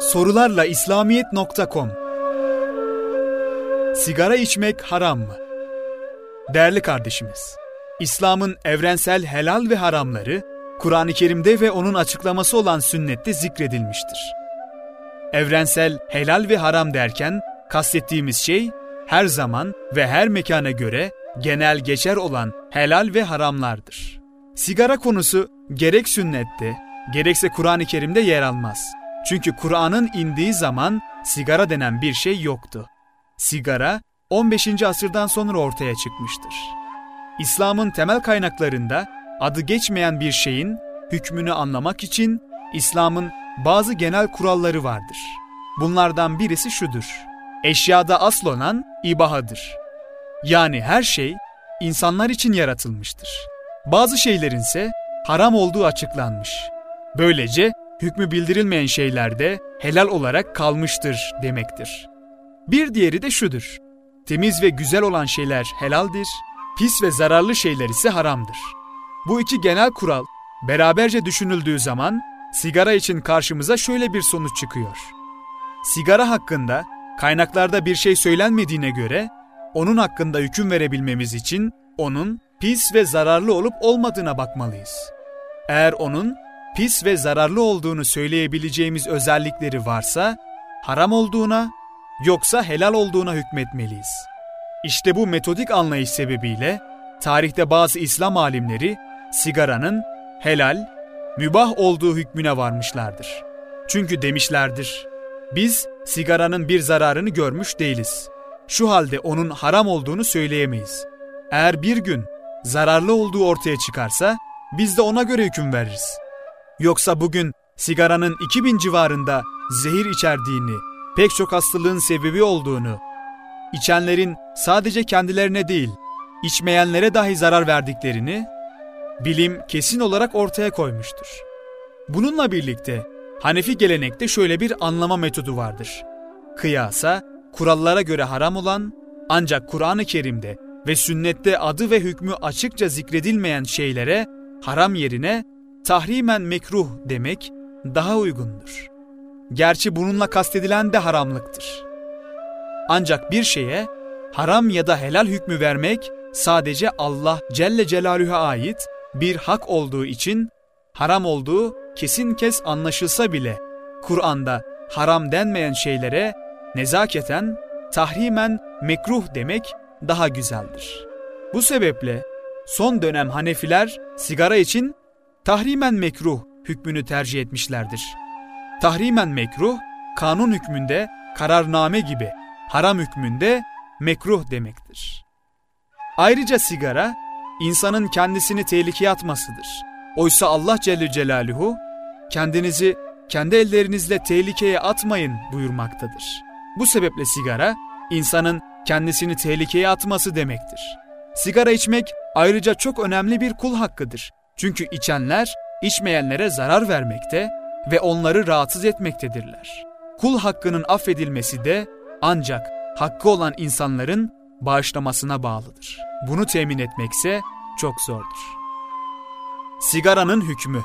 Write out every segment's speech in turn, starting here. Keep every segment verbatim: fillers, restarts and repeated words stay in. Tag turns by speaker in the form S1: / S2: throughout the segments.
S1: Sorularla İslamiyet nokta com. Sigara içmek haram mı? Değerli kardeşimiz, İslam'ın evrensel helal ve haramları, Kur'an-ı Kerim'de ve onun açıklaması olan sünnette zikredilmiştir. Evrensel helal ve haram derken, kastettiğimiz şey, her zaman ve her mekana göre genel geçer olan helal ve haramlardır. Sigara konusu gerek sünnette, gerekse Kur'an-ı Kerim'de yer almaz. Çünkü Kur'an'ın indiği zaman sigara denen bir şey yoktu. Sigara on beşinci asırdan sonra ortaya çıkmıştır. İslam'ın temel kaynaklarında adı geçmeyen bir şeyin hükmünü anlamak için İslam'ın bazı genel kuralları vardır. Bunlardan birisi şudur: eşyada asıl olan ibahadır. Yani her şey insanlar için yaratılmıştır. Bazı şeylerin ise haram olduğu açıklanmış. Böylece hükmü bildirilmeyen şeyler de helal olarak kalmıştır demektir. Bir diğeri de şudur: temiz ve güzel olan şeyler helaldir, pis ve zararlı şeyler ise haramdır. Bu iki genel kural beraberce düşünüldüğü zaman sigara için karşımıza şöyle bir sonuç çıkıyor. Sigara hakkında kaynaklarda bir şey söylenmediğine göre onun hakkında hüküm verebilmemiz için onun pis ve zararlı olup olmadığına bakmalıyız. Eğer onun pis ve zararlı olduğunu söyleyebileceğimiz özellikleri varsa haram olduğuna, yoksa helal olduğuna hükmetmeliyiz. İşte bu metodik anlayış sebebiyle tarihte bazı İslam alimleri sigaranın helal, mübah olduğu hükmüne varmışlardır. Çünkü demişlerdir, biz sigaranın bir zararını görmüş değiliz. Şu halde onun haram olduğunu söyleyemeyiz. Eğer bir gün zararlı olduğu ortaya çıkarsa biz de ona göre hüküm veririz. Yoksa bugün sigaranın iki bin civarında zehir içerdiğini, pek çok hastalığın sebebi olduğunu, içenlerin sadece kendilerine değil, içmeyenlere dahi zarar verdiklerini bilim kesin olarak ortaya koymuştur. Bununla birlikte Hanefi gelenekte şöyle bir anlama metodu vardır. Kıyasa, kurallara göre haram olan, ancak Kur'an-ı Kerim'de ve sünnette adı ve hükmü açıkça zikredilmeyen şeylere haram yerine tahrimen mekruh demek daha uygundur. Gerçi bununla kastedilen de haramlıktır. Ancak bir şeye haram ya da helal hükmü vermek sadece Allah Celle Celaluhu'ya ait bir hak olduğu için haram olduğu kesin kes anlaşılsa bile Kur'an'da haram denmeyen şeylere nezaketen tahrimen mekruh demek daha güzeldir. Bu sebeple son dönem Hanefiler sigara için tahrimen mekruh hükmünü tercih etmişlerdir. Tahrimen mekruh, kanun hükmünde kararname gibi, haram hükmünde mekruh demektir. Ayrıca sigara, insanın kendisini tehlikeye atmasıdır. Oysa Allah Celle Celaluhu, kendinizi kendi ellerinizle tehlikeye atmayın buyurmaktadır. Bu sebeple sigara, insanın kendisini tehlikeye atması demektir. Sigara içmek ayrıca çok önemli bir kul hakkıdır. Çünkü içenler, içmeyenlere zarar vermekte ve onları rahatsız etmektedirler. Kul hakkının affedilmesi de ancak hakkı olan insanların bağışlamasına bağlıdır. Bunu temin etmekse çok zordur. Sigaranın hükmü.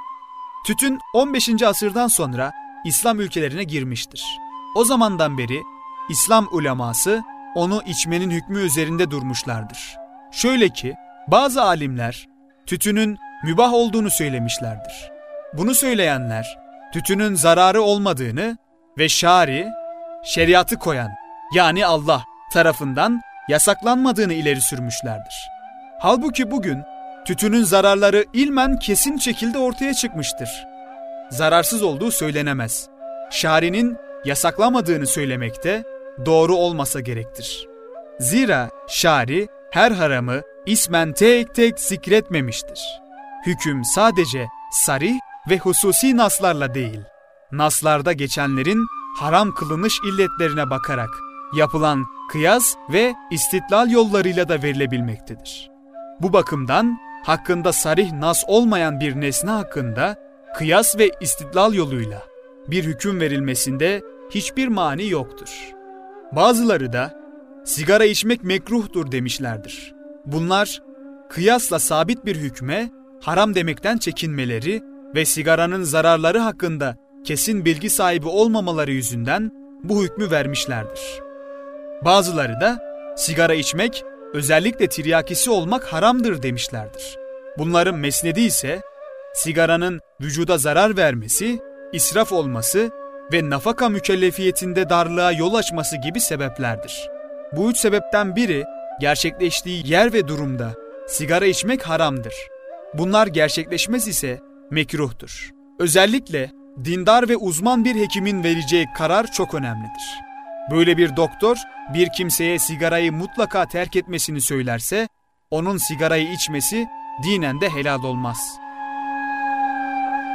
S1: Tütün on beşinci asırdan sonra İslam ülkelerine girmiştir. O zamandan beri İslam uleması onu içmenin hükmü üzerinde durmuşlardır. Şöyle ki bazı alimler tütünün mübah olduğunu söylemişlerdir. Bunu söyleyenler tütünün zararı olmadığını ve şari, şeriatı koyan yani Allah tarafından yasaklanmadığını ileri sürmüşlerdir. Halbuki bugün tütünün zararları ilmen kesin şekilde ortaya çıkmıştır. Zararsız olduğu söylenemez. Şari'nin yasaklamadığını söylemekte doğru olmasa gerektir. Zira şari her haramı ismen tek tek zikretmemiştir. Hüküm sadece sarih ve hususi naslarla değil, naslarda geçenlerin haram kılınış illetlerine bakarak yapılan kıyas ve istitlal yollarıyla da verilebilmektedir. Bu bakımdan hakkında sarih nas olmayan bir nesne hakkında kıyas ve istitlal yoluyla bir hüküm verilmesinde hiçbir mani yoktur. Bazıları da sigara içmek mekruhtur demişlerdir. Bunlar kıyasla sabit bir hükme haram demekten çekinmeleri ve sigaranın zararları hakkında kesin bilgi sahibi olmamaları yüzünden bu hükmü vermişlerdir. Bazıları da sigara içmek, özellikle tiryakisi olmak haramdır demişlerdir. Bunların mesnedi ise sigaranın vücuda zarar vermesi, israf olması ve nafaka mükellefiyetinde darlığa yol açması gibi sebeplerdir. Bu üç sebepten biri gerçekleştiği yer ve durumda sigara içmek haramdır. Bunlar gerçekleşmez ise mekruhtur. Özellikle dindar ve uzman bir hekimin vereceği karar çok önemlidir. Böyle bir doktor bir kimseye sigarayı mutlaka terk etmesini söylerse, onun sigarayı içmesi dinen de helal olmaz.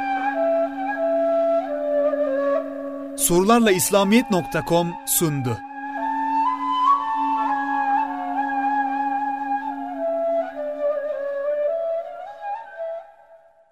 S1: Sorularla İslamiyet nokta com sundu.